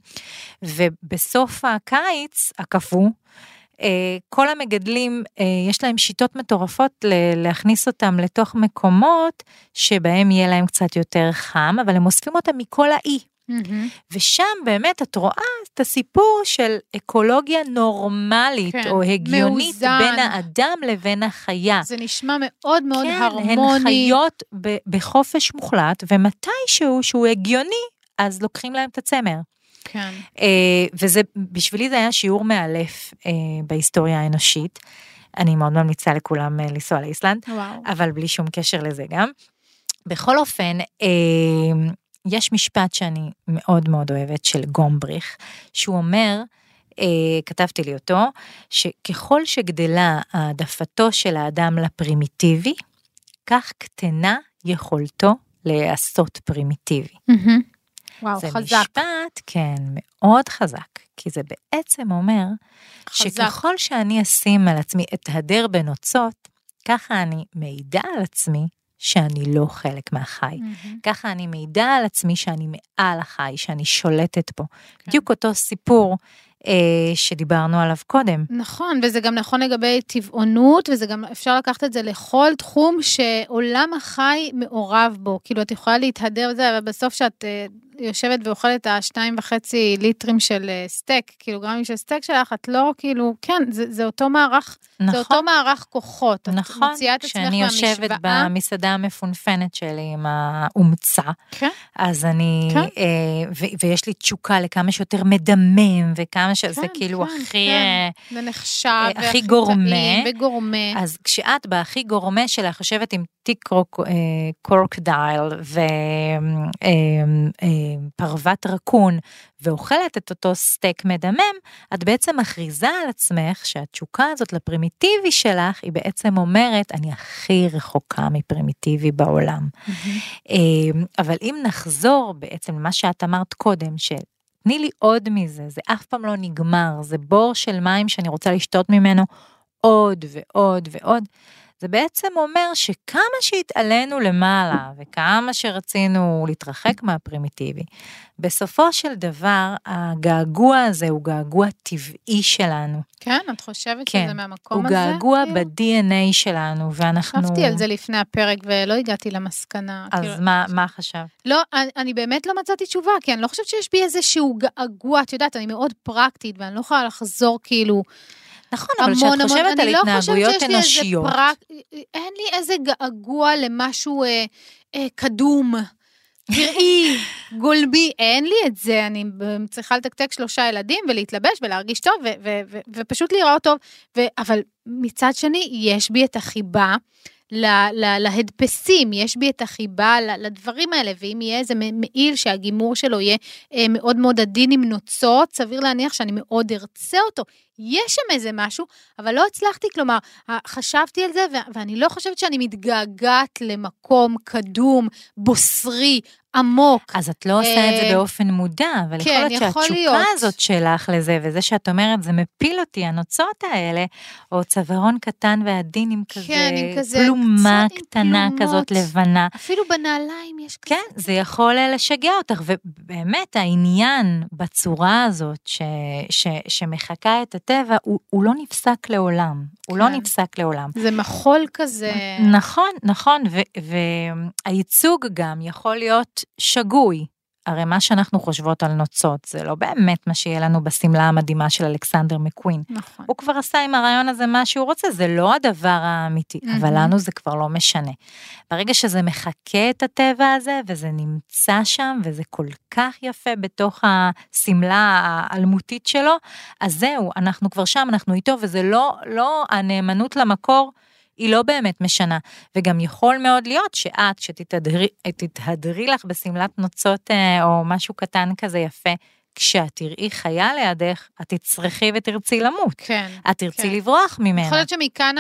C: ובסוף הקיץ, הקפוא, אה, כל המגדלים, אה, יש להם שיטות מטורפות ל- להכניס אותם לתוך מקומות, שבהם יהיה להם קצת יותר חם, אבל הם אוספים אותם מכל האי. ושם באמת את רואה את הסיפור של אקולוגיה נורמלית, כן, או הגיונית, מאוזן. בין האדם לבין החיה.
B: זה נשמע מאוד מאוד
C: כן,
B: הרמוני.
C: הן חיות ב- בחופש מוחלט, ומתישהו שהוא הגיוני, אז לוקחים להם את הצמר.
B: כן.
C: אה, וזה, בשבילי זה היה שיעור מאלף אה, בהיסטוריה האנושית. אני מאוד ממליצה לכולם אה, לנסוע לאיסלנד,
B: וואו.
C: אבל בלי שום קשר לזה גם. בכל אופן, אה, יש משפט שאני מאוד מאוד אוהבת של גומבריך, שהוא אומר, אה, כתבתי לי אותו, שככל שגדלה העדפתו של האדם לפרימיטיבי, כך קטנה יכולתו לעשות פרימיטיבי.
B: וואו,
C: זה
B: חזק.
C: זה משפט, כן, מאוד חזק, כי זה בעצם אומר,
B: חזק.
C: שככל שאני אשים על עצמי את הדר בנוצות, ככה אני מעידה על עצמי, שאני לא חלק מהחי. Mm-hmm. ככה אני מעידה על עצמי שאני מעל החי, שאני שולטת פה. Okay. בדיוק אותו סיפור אה, שדיברנו עליו קודם.
B: נכון, וזה גם נכון לגבי טבעונות, וזה גם אפשר לקחת את זה לכל תחום שעולם החי מעורב בו. כאילו את יכולה להתהדר בזה, אבל בסוף שאת אה, יושבת ואוכלת השתיים וחצי ליטרים של אה, סטייק, קילוגרמים של סטייק שלך, את לא כאילו, כן, זה, זה אותו מערך, נכון. זה אותו מערך כוחות.
C: נכון,
B: את מוציאה את עצמך
C: כשאני יושבת במסעדה המפונפנת שלי עם האומצה,
B: כן.
C: אז אני,
B: כן.
C: אה, ו, ויש לי תשוקה לכמה שיותר מדמם, וכמה שזה כן, כאילו כן, הכי,
B: כן. זה נחשב,
C: אה, הכי גורמה,
B: וגורמה.
C: אז כשאת בהכי גורמה שלך, חושבת עם תיק קורק, אה, קורקדייל, ופרוות אה, רקון, ואוכלת את אותו סטייק מדמם, את בעצם מכריזה על עצמך, שהתשוקה הזאת לפרימיטיבי שלך, היא בעצם אומרת, אני הכי רחוקה מפרימיטיבי בעולם. Mm-hmm. אבל אם נחזור בעצם למה שאת אמרת קודם, שתני לי עוד מזה, זה אף פעם לא נגמר, זה בור של מים שאני רוצה לשתות ממנו עוד ועוד ועוד, זה בעצם אומר שכמה שהתעלינו למעלה, וכמה שרצינו להתרחק מהפרימיטיבי, בסופו של דבר, הגעגוע הזה הוא געגוע טבעי שלנו.
B: כן, את חושבת
C: כן,
B: שזה מהמקום
C: הזה?
B: הזה?
C: הוא געגוע ב-די אן איי שלנו, ואנחנו...
B: חשבתי על זה לפני הפרק, ולא הגעתי למסקנה.
C: אז
B: כאילו...
C: מה, מה חשב?
B: לא, אני, אני באמת לא מצאתי תשובה, כי אני לא חושבת שיש בי איזשהו געגוע, את יודעת, אני מאוד פרקטית, ואני לא יכולה לחזור כאילו...
C: נכון, אבל כשאת חושבת על התנהגויות אנושיות.
B: פרק... אין לי איזה געגוע למשהו אה, אה, קדום, תראי, גולבי, אין לי את זה, אני צריכה לתקתק שלושה ילדים ולהתלבש ולהרגיש טוב, ו- ו- ו- ופשוט להיראות טוב, ו- אבל מצד שני, יש בי את החיבה, להדפסים, יש בי את החיבה לדברים האלה, ואם יהיה איזה מעיל שהגימור שלו יהיה מאוד מאוד עדין עם נוצות, סביר להניח שאני מאוד ארצה אותו. יש שם איזה משהו, אבל לא הצלחתי, כלומר, חשבתי על זה, ואני לא חושבת שאני מתגעגעת למקום קדום, בוסרי, עמוק.
C: אז את לא עושה את זה באופן מודע, אבל יכול להיות שהתשוקה הזאת שלך לזה, וזה שאת אומרת, זה מפיל אותי, הנוצות האלה, או צווארון קטן ועדין עם כזה, פלומה קטנה כזאת לבנה.
B: אפילו בנעליים יש כזה.
C: כן, זה יכול לשגע אותך, ובאמת העניין בצורה הזאת, שמחקה את הטבע, הוא לא נפסק לעולם, הוא לא נפסק לעולם.
B: זה מחול כזה.
C: נכון, נכון, והייצוג גם יכול להיות שגוי, הרי מה שאנחנו חושבות על נוצות, זה לא באמת מה שיהיה לנו בסמלה המדהימה של אלכסנדר מקווין.
B: נכון.
C: הוא כבר עשה עם הרעיון הזה מה שהוא רוצה, זה לא הדבר האמיתי, mm-hmm. אבל לנו זה כבר לא משנה. ברגע שזה מחכה את הטבע הזה, וזה נמצא שם, וזה כל כך יפה בתוך הסמלה האלמותית שלו, אז זהו, אנחנו כבר שם, אנחנו איתו, וזה לא, לא הנאמנות למקור, היא לא באמת משנה, וגם יכול מאוד להיות שאת, שתתהדרי לך בסמלת נוצות או משהו קטן כזה יפה, כשאת תראי חיה לידך, את תצרכי ותרצי למות.
B: כן.
C: את תרצי כן. לברוח ממנה.
B: יכול להיות שמכאן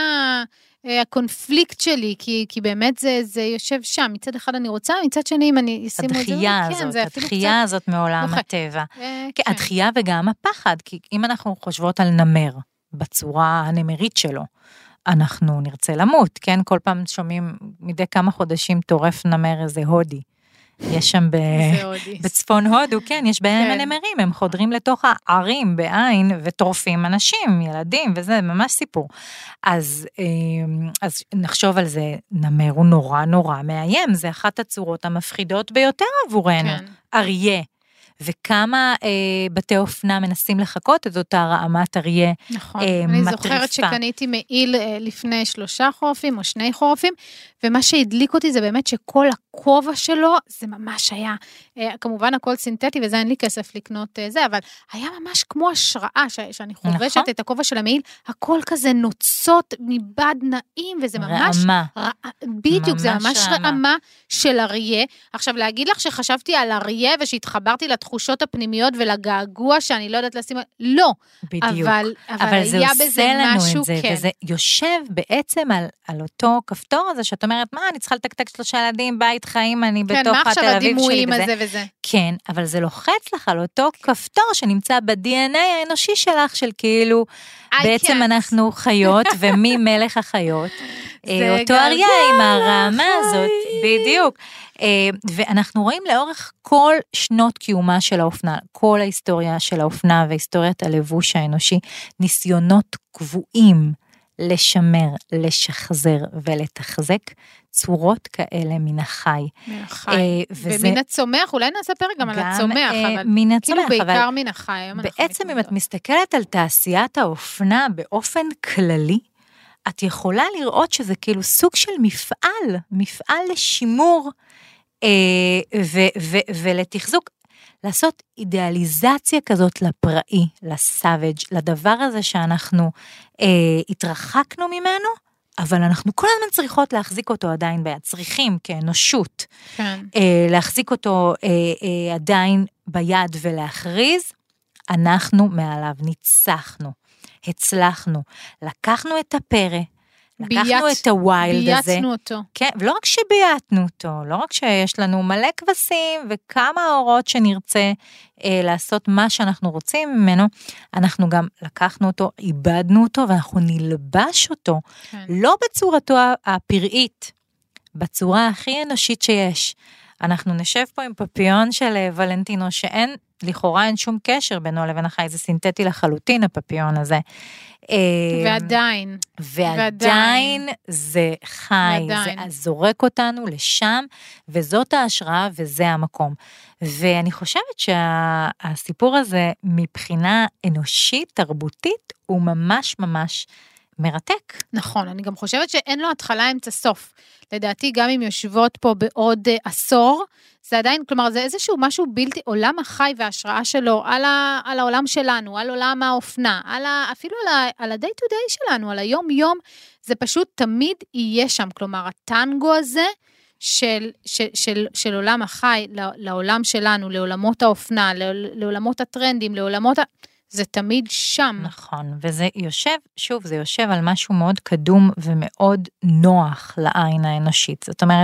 B: הקונפליקט שלי, כי, כי באמת זה, זה יושב שם, מצד אחד אני רוצה, מצד שני אם אני אשימו את זה.
C: הדחייה הזאת, כן, זה הדחייה הזאת מעולם נוחה. הטבע. אה, כן. הדחייה וגם הפחד, כי אם אנחנו חושבות על נמר, בצורה הנמרית שלו, אנחנו נרצה למות, כן? כל פעם שומעים מדי כמה חודשים טורף נמר איזה הודי. יש שם ב... בצפון הודו, כן, יש בהם כן. הנמרים, הם חודרים לתוך הערים בעין וטורפים אנשים, ילדים, וזה ממש סיפור. אז, אז נחשוב על זה, נמר הוא נורא נורא מאיים, זה אחת הצורות המפחידות ביותר עבורנו. כן. אריה. וכמה אה, בתי אופנה מנסים לחכות את אותה רעמת אריה
B: נכון,
C: אה,
B: אני
C: מטריפה.
B: זוכרת שקניתי מעיל אה, לפני שלושה חורפים או שני חורפים, ומה שהדליק אותי זה באמת שכל הכובע שלו, זה ממש היה, אה, כמובן הכל סינתטי, וזה אין לי כסף לקנות אה, זה, אבל היה ממש כמו השראה, ש, שאני חובשת נכון. את הכובע של המעיל, הכל כזה נוצות מבד נעים, וזה ממש...
C: רעמה.
B: רע, בדיוק, ממש זה ממש רעמה. רעמה של אריה. עכשיו, להגיד לך שחשבתי על אריה, ושהתחברתי לתחושות הפנימיות, ולגעגוע שאני לא יודעת לשים... לא.
C: בדיוק.
B: אבל, אבל,
C: אבל זה
B: היה
C: עושה
B: בזה
C: לנו
B: משהו,
C: את זה,
B: כן.
C: וזה יושב בעצם על, על אותו כפתור הזה, שאת אומרת, מה, אני צריכה לתקתק שלושה ילדים, בית חיים, אני
B: כן,
C: בתוך התל אביב שלי וזה.
B: הזה וזה.
C: כן, אבל זה לוחץ לך על אותו כפתור, שנמצא ב-די אן איי האנושי שלך, של כאילו, בעצם can't. אנחנו חיות, ומי מלך החיות. אותו אריה עם הרעמה הזאת, בדיוק. ואנחנו רואים לאורך כל שנות קיומה של האופנה, כל ההיסטוריה של האופנה, והיסטוריית הלבוש האנושי, ניסיונות קבועים, לשמר, לשחזר ולתחזק צורות כאלה מן החי.
B: מן החי. ומן הצומח, אולי נעשה פרק גם על הצומח, אבל
C: מן הצומח,
B: כאילו בעיקר מן החי.
C: בעצם אם את מסתכלת על תעשיית האופנה באופן כללי, את יכולה לראות שזה כאילו סוג של מפעל, מפעל לשימור ולתחזוק, לעשות אידיאליזציה כזאת לפראי, לסאבג', לדבר הזה שאנחנו אה, התרחקנו ממנו, אבל אנחנו כל הזמן צריכות להחזיק אותו עדיין ביד, צריכים כאנושות,
B: כן.
C: אה, להחזיק אותו אה, אה, עדיין ביד ולהכריז, אנחנו מעליו ניצחנו, הצלחנו, לקחנו את הפרא, לקחנו בייץ, את הוויילד הזה.
B: בייצנו אותו.
C: כן, ולא רק שבייתנו אותו, לא רק שיש לנו מלא כבשים וכמה אורות שנרצה אה, לעשות מה שאנחנו רוצים ממנו, אנחנו גם לקחנו אותו, איבדנו אותו, ואנחנו נלבש אותו, כן. לא בצורתו הפראית, בצורה הכי אנושית שיש. אנחנו נשב פה עם פפיון של ולנטינו, שאין, לכאורה אין שום קשר בינו לבין החי, זה סינתטי לחלוטין הפפיון הזה.
B: ועדיין.
C: ועדיין זה חי, זה זורק אותנו לשם, וזאת ההשראה וזה המקום. ואני חושבת שהסיפור הזה מבחינה אנושית, תרבותית, הוא ממש ממש מרתק.
B: נכון, אני גם חושבת שאין לו התחלה אמצע סוף. לדעתי גם אם יושבות פה בעוד עשור, זה עדיין, כלומר, זה איזשהו משהו בלתי, עולם החי וההשראה שלו, על, ה, על העולם שלנו, על עולם האופנה, על ה, אפילו על, ה, על ה-day to day שלנו, על היום-יום, זה פשוט תמיד יהיה שם, כלומר, הטנגו הזה, של, של, של, של עולם החי, לעולם שלנו, לעולמות האופנה, לעולמות הטרנדים, לעולמות ה... זה תמיד שם.
C: נכון, וזה יושב, שוב, זה יושב על משהו מאוד קדום ומאוד נוח לעין האנושית. זאת אומרת,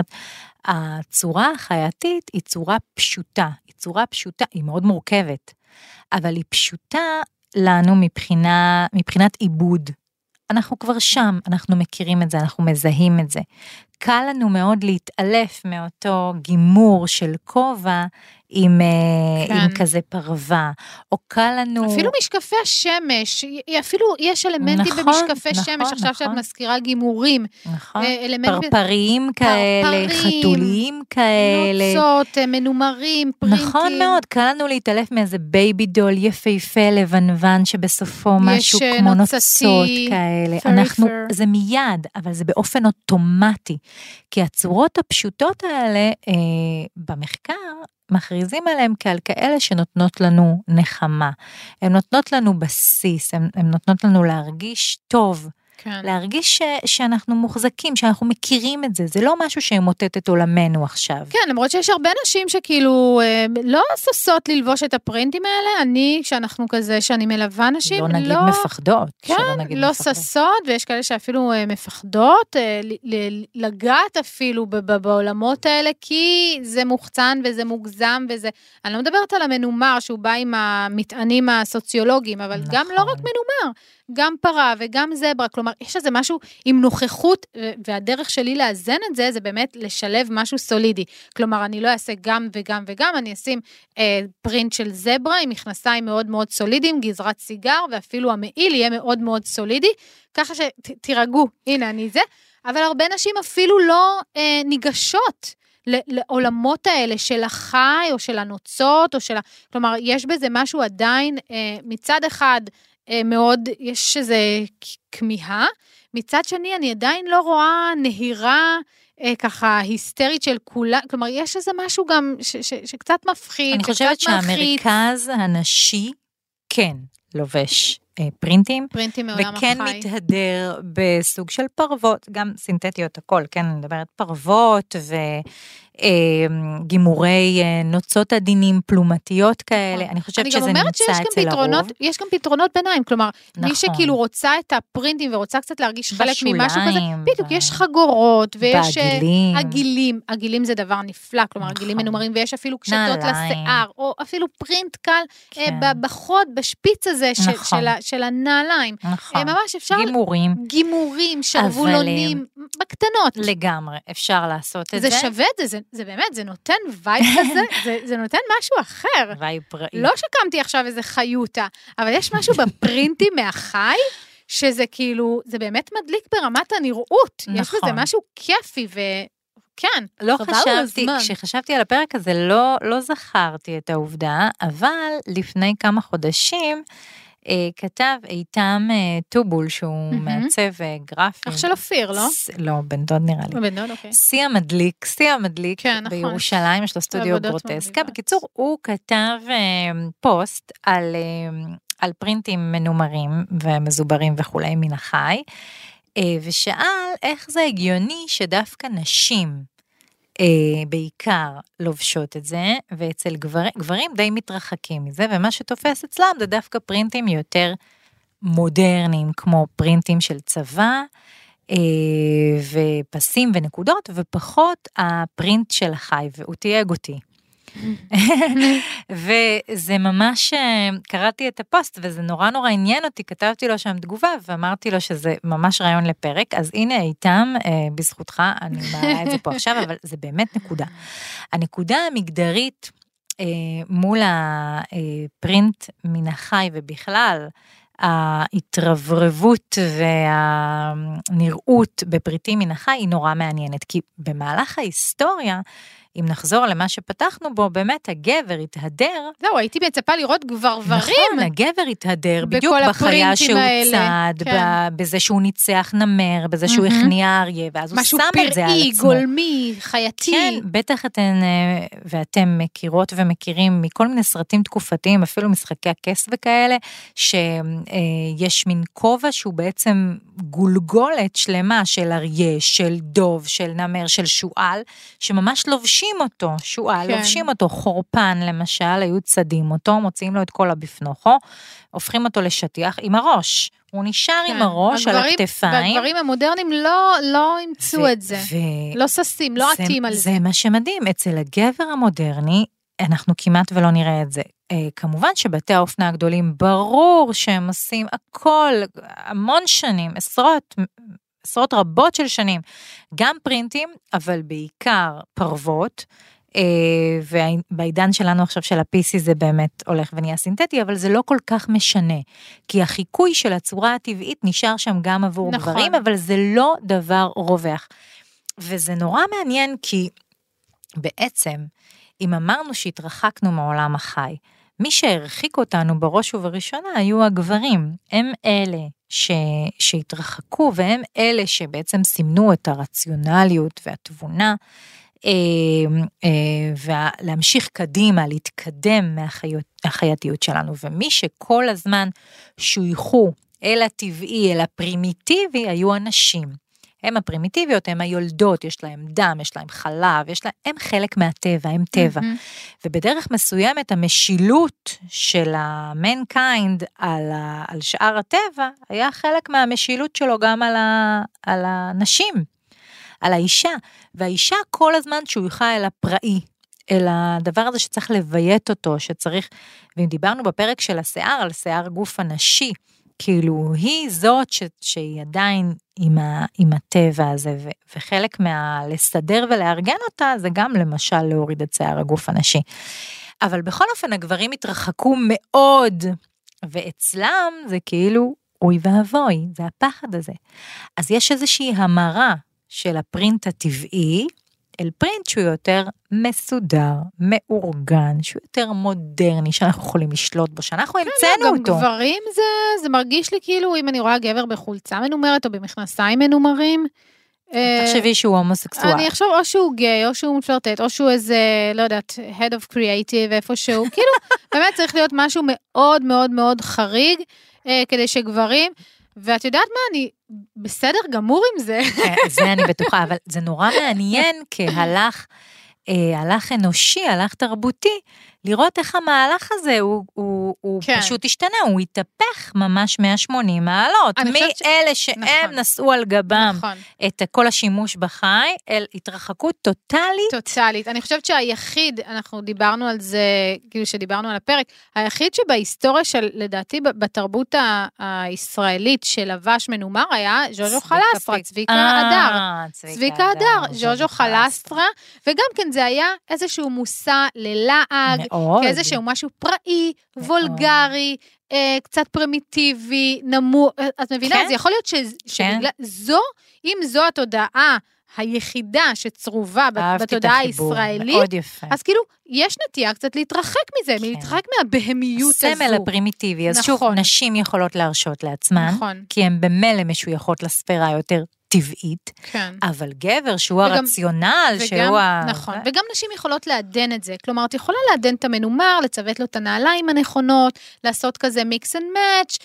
C: הצורה החייתית היא צורה פשוטה, היא צורה פשוטה, היא מאוד מורכבת, אבל היא פשוטה לנו מבחינה, מבחינת עיבוד. אנחנו כבר שם, אנחנו מכירים את זה, אנחנו מזהים את זה. קל לנו מאוד להתעלף מאותו גימור של כובע עם, כן. עם כזה פרווה, או קל לנו...
B: אפילו משקפי השמש, אפילו יש אלמנטים נכון, במשקפי נכון, שמש, עכשיו נכון. שאת מזכירה גימורים.
C: נכון, אלמנט... פרפריים כאלה, פרפרים, חתוליים כאלה.
B: נוצות, מנומרים, פרינטים.
C: נכון מאוד, קל לנו להתעלף מאיזה בייבי דול יפהפה לבנוון, שבסופו משהו כמו נוצות כאלה. אנחנו, זה מיד, אבל זה באופן אוטומטי. כי הצורות הפשוטות האלה אה, במחקר מכריזים עליהם כעל כאלה שנותנות לנו נחמה. הן נותנות לנו בסיס, הן, הן נותנות לנו להרגיש טוב, כן. להרגיש ש, שאנחנו מוחזקים, שאנחנו מכירים את זה, זה לא משהו שמוטט את עולמנו עכשיו.
B: כן, למרות שיש הרבה נשים שכאילו לא סוסות ללבוש את הפרינטים האלה, אני, כשאנחנו כזה, שאני מלווה נשים,
C: לא נגיד
B: לא,
C: מפחדות.
B: כן, נגיד לא מפחדות. סוסות, ויש כאלה שאפילו מפחדות, לגעת אפילו בעולמות האלה, כי זה מוחצן וזה מוגזם, וזה, אני לא מדברת על המנומר, שהוא בא עם המטענים הסוציולוגיים, אבל נכון. גם לא רק מנומר, גם פרה וגם זברה, כלומר, יש איזה משהו עם נוכחות, והדרך שלי לאזן את זה, זה באמת לשלב משהו סולידי. כלומר, אני לא אעשה גם וגם וגם, אני אשים אה, פרינט של זברה, עם מכנסיים מאוד מאוד סולידיים, גזרת סיגר, ואפילו המעיל יהיה מאוד מאוד סולידי, ככה שתירגעו, הנה אני זה, אבל הרבה נשים אפילו לא אה, ניגשות לעולמות האלה של החי, או של הנוצות, או של ה... כלומר, יש בזה משהו עדיין, אה, מצד אחד, מאוד, יש איזה כמיהה, מצד שני אני עדיין לא רואה נהירה אה, ככה היסטרית של כולה, כלומר יש איזה משהו גם ש, ש, שקצת מפחיד,
C: אני חושבת שהמרכז הנשי כן לובש אה, פרינטים,
B: פרינטים מעולם
C: וכן
B: החי.
C: מתהדר בסוג של פרוות, גם סינתטיות הכל, כן, אני מדברת פרוות ו... גימורי נוצות עדינים, פלומתיות כאלה, אני חושבת שזה נמצא אצל הרוב.
B: יש גם פתרונות ביניים, כלומר, מי שכאילו רוצה את הפרינטים, ורוצה קצת להרגיש חלק ממשהו כזה, בדיוק, יש חגורות, ויש עגילים, עגילים זה דבר נפלא, כלומר, עגילים מנומרים, ויש אפילו קשתות לשיער, או אפילו פרינט קל, בחוד, בשפיץ הזה של הנעליים. ממש אפשר...
C: גימורים.
B: גימורים, שרבולונים, בקטנות.
C: לגמרי, אפשר לעשות את זה.
B: זה שווה את זה, זה באמת, זה נותן וייב כזה, זה, זה נותן משהו אחר.
C: וייב פראי.
B: לא שקמתי עכשיו איזה חיותה, אבל יש משהו בפרינטים מהחי, שזה כאילו, זה באמת מדליק ברמת הנראות. נכון. יש בזה משהו כיפי וכן.
C: לא חשבתי, כשחשבתי על הפרק הזה, לא, לא זכרתי את העובדה, אבל לפני כמה חודשים, כתב איתם טובול, שהוא מעצב גרפי.
B: אח של אופיר, לא?
C: לא, בן דוד נראה לי.
B: בן דוד, אוקיי.
C: סי המדליק, סי המדליק בירושלים, יש לו סטודיו גרוטסקה. בקיצור, הוא כתב פוסט על פרינטים מנומרים ומזוברים וכולי מן החי, ושאל איך זה הגיוני שדווקא נשים, בעיקר לובשות את זה, ואצל גברים, גברים די מתרחקים מזה, ומה שתופס אצלם זה דווקא פרינטים יותר מודרניים, כמו פרינטים של צבא, ופסים ונקודות, ופחות הפרינט של החי, והוא תייג אותי. וזה ממש, קראתי את הפוסט, וזה נורא נורא עניין אותי, כתבתי לו שם תגובה, ואמרתי לו שזה ממש רעיון לפרק, אז הנה איתם, בזכותך, אני מעלה את זה פה עכשיו, אבל זה באמת נקודה. הנקודה המגדרית, מול הפרינט מן החי, ובכלל, ההתרברבות והנראות בפריטים מן החי, היא נורא מעניינת, כי במהלך ההיסטוריה, אם נחזור למה שפתחנו בו, באמת הגבר התהדר.
B: זהו, הייתי מצפה לראות גברברים.
C: נכון, הגבר התהדר בדיוק בחיה שהוא צד, כן. בזה שהוא ניצח נמר, בזה שהוא הכניע אריה, ואז הוא שם את זה על עצמו.
B: משהו פראי, גולמי, חייתי. כן,
C: בטח אתן ואתם מכירות ומכירים מכל מיני סרטים תקופתיים, אפילו משחקי הכס וכאלה, שיש מין כובע שהוא בעצם גולגולת שלמה של אריה, של דוב, של נמר, של שואל, שממש לובשים אותו, שואל, כן. לובשים אותו, חורפן למשל, היו צדים אותו, מוציאים לו את כל הבפנוכו, הופכים אותו לשטיח עם הראש, הוא נשאר כן. עם הראש הגברים, על הכתפיים.
B: והגברים המודרניים לא, לא אימצו ו- את זה, ו- לא ססים, לא עטים על זה.
C: זה מה שמדהים, אצל הגבר המודרני, אנחנו כמעט ולא נראה את זה. אה, כמובן שבתי האופנה הגדולים, ברור שהם עושים הכל, המון שנים, עשרות, עשרות רבות של שנים, גם פרינטים, אבל בעיקר פרוות, אה, ובעידן שלנו עכשיו של ה-פי סי זה באמת הולך ונהיה סינתטי, אבל זה לא כל כך משנה, כי החיקוי של הצורה הטבעית נשאר שם גם עבור נכון. גברים, אבל זה לא דבר רווח. וזה נורא מעניין, כי בעצם, אם אמרנו שהתרחקנו מעולם החי, מי שהרחיק אותנו בראש ובראשונה היו הגברים, הם אלה ש... שהתרחקו, והם אלה שבעצם סימנו את הרציונליות והתבונה, ולהמשיך קדימה, להתקדם מהחיות, מהחייתיות שלנו, ומי שכל הזמן שויכו אל הטבעי, אל הפרימיטיבי, היו אנשים. הם הפרימיטיביות, הם היולדות, יש להם דם, יש להם חלב, יש להם, הם חלק מהטבע, הם טבע. Mm-hmm. ובדרך מסוימת, המשילות של המנקיינד על, ה, על שאר הטבע, היה חלק מהמשילות שלו גם על, ה, על הנשים, על האישה. והאישה כל הזמן שויכה אל הפראי, אל הדבר הזה שצריך לביית אותו, שצריך, ואם דיברנו בפרק של השיער, על שיער גוף הנשי, כאילו היא זאת ש, שהיא עדיין עם, ה, עם הטבע הזה, ו, וחלק מה לסדר ולארגן אותה, זה גם למשל להוריד את שיער הגוף הנשי. אבל בכל אופן הגברים התרחקו מאוד, ואצלם זה כאילו, אוי ואבוי, זה הפחד הזה. אז יש איזושהי המרה של הפרינט הטבעי, אל פרינט שהוא יותר מסודר, מאורגן, שהוא יותר מודרני, שאנחנו יכולים לשלוט בו, שאנחנו המצאנו אותו.
B: גם גברים זה, זה מרגיש לי כאילו, אם אני רואה גבר בחולצה מנומרת, או במכנסיים מנומרים,
C: תחשבי שהוא הומוסקסואל.
B: אני אחשוב או שהוא גיי, או שהוא מפלרטט, או שהוא איזה, לא יודעת, head of creative, איפה שהוא, כאילו, באמת צריך להיות משהו מאוד מאוד מאוד חריג, כדי שגברים, ואת יודעת מה, אני בסדר גמור עם זה.
C: זה אני בטוחה, אבל זה נורא מעניין כהלך, הלך אנושי, הלך תרבותי, לראות איך המהלך הזה הוא, הוא, הוא כן. פשוט השתנה, הוא התהפך ממש מאה ושמונים מעלות, מאלה ש... שהם נכון. נשאו על גבם נכון. את כל השימוש בחי, אל התרחקות טוטלית.
B: טוטלית, אני חושבת שהיחיד, אנחנו דיברנו על זה, כאילו שדיברנו על הפרק, היחיד שבהיסטוריה של, לדעתי, בתרבות הישראלית שלבש מנומר היה ז'וז'ו חלסטרה, צביקה אדר. צביקה אדר, ז'וז'ו חלסטרה, וגם כן זה היה איזשהו מושא ללעג, כאיזשהו משהו פראי, וולגרי, אה, קצת פרימיטיבי, נמוך, את מבינה? כן? זה יכול להיות ש... כן. שזו, אם זו התודעה היחידה שצרובה בתודעה הישראלית, אז כאילו, יש נטייה קצת להתרחק מזה, כן. להתרחק מהבהמיות הזו.
C: סמל הפרימיטיבי, אז נכון. שוב, נשים יכולות להרשות לעצמן, נכון. כי הן במילא משויכות לספירה יותר טבעית, כן. אבל גבר שהוא וגם, הרציונל, וגם, שהוא ה...
B: נכון, וגם נשים יכולות לעדן את זה, כלומר, את יכולה לעדן את המנומר, לצוות לו את הנעליים הנכונות, לעשות כזה מיקס אנד מאץ',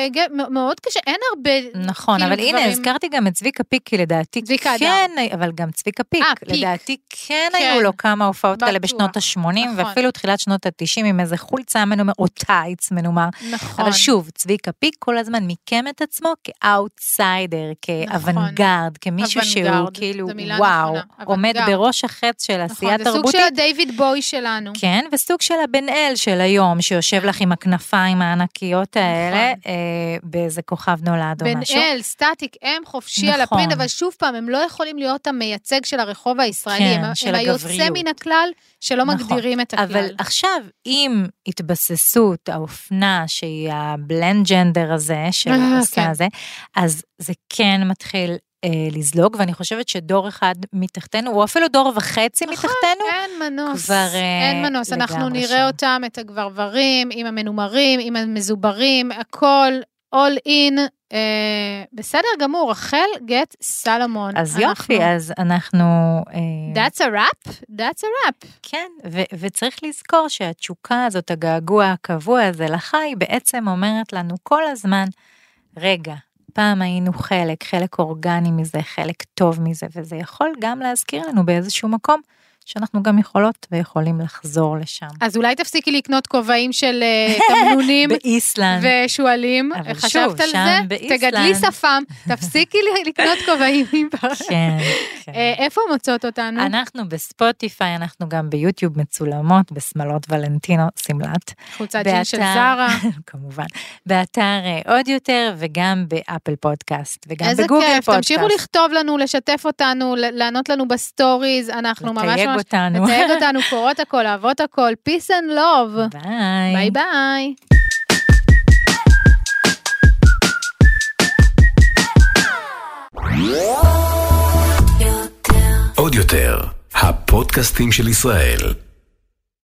B: מאוד קשה, אין הרבה...
C: נכון, אבל הנה, דברים... הזכרתי גם את צביקה פיק, כי לדעתי כן, אבל גם צביקה פיק, 아, לדעתי פיק. כן, כן היו לו כמה הופעות כאלה בשנות ה-שמונים, נכון. ואפילו תחילת שנות ה-תשעים, עם איזה חולצה מנומר, או טייץ מנומר, נכון. אבל שוב, צביקה פיק כל הזמן מיקם את עצמו כאוטסיידר, כאוונגרד, כמישהו שהוא כאילו, וואו, עומד בראש החץ של עשייה תרבותית.
B: זה סוג של הדיוויד בוי שלנו.
C: כן, וסוג של הבן אל של היום, שיושב לך עם הכנפיים הענקיות האלה, באיזה כוכב נולד או משהו.
B: בן אל, סטטיק, הם חופשי על הפרינט, אבל שוב פעם, הם לא יכולים להיות המייצג של הרחוב הישראלי, הם היוצא מן הכלל, שלא מגדירים את הכלל.
C: אבל עכשיו, עם התבססות, האופנה, שהיא הבלנד ג'נדר הזה, של העסקה הזה, אז זה כן מתחיל לזלוג, ואני חושבת שדור אחד מתחתנו, או אפילו דור וחצי מתחתנו,
B: אין מנוס, אין מנוס, אנחנו נראה אותם, את הגברברים, עם המנומרים, עם המזוברים, הכל, all in, בסדר גמור, רחל גט סלומון.
C: אז יופי, אז אנחנו...
B: That's a wrap? That's a wrap.
C: כן, וצריך לזכור שהתשוקה הזאת, הגעגוע הקבוע הזה לחי, בעצם אומרת לנו כל הזמן, רגע, פעם היינו חלק, חלק אורגני מזה, חלק טוב מזה, וזה יכול גם להזכיר לנו באיזשהו מקום, שאנחנו גם יכולות ויכולים לחזור לשם.
B: אז אולי תפסיקי לקנות כובעים של תמנונים
C: באיסלנד.
B: ושואלים, חשבת על זה? תגדלי שפם, תפסיקי לקנות כובעים.
C: כן.
B: איפה מוצאות אותנו?
C: אנחנו בספוטיפיי, אנחנו גם ביוטיוב מצולמות, בסמלות ולנטינו, סמלת.
B: חולצת ג'ין של זרה.
C: כמובן. באתר עוד יותר, וגם באפל פודקאסט, וגם בגוגל פודקאסט.
B: איזה כיף, תמשיכו לכתוב לנו, לשתף אותנו, לענות לנו בסטוריז, אנחנו ממש ממש
C: אותנו.
B: לתייג אותנו, קורות הכל, אהבות הכל, peace and love.
C: ביי.
B: ביי ביי.
A: עוד יותר, הפודקאסטים של ישראל.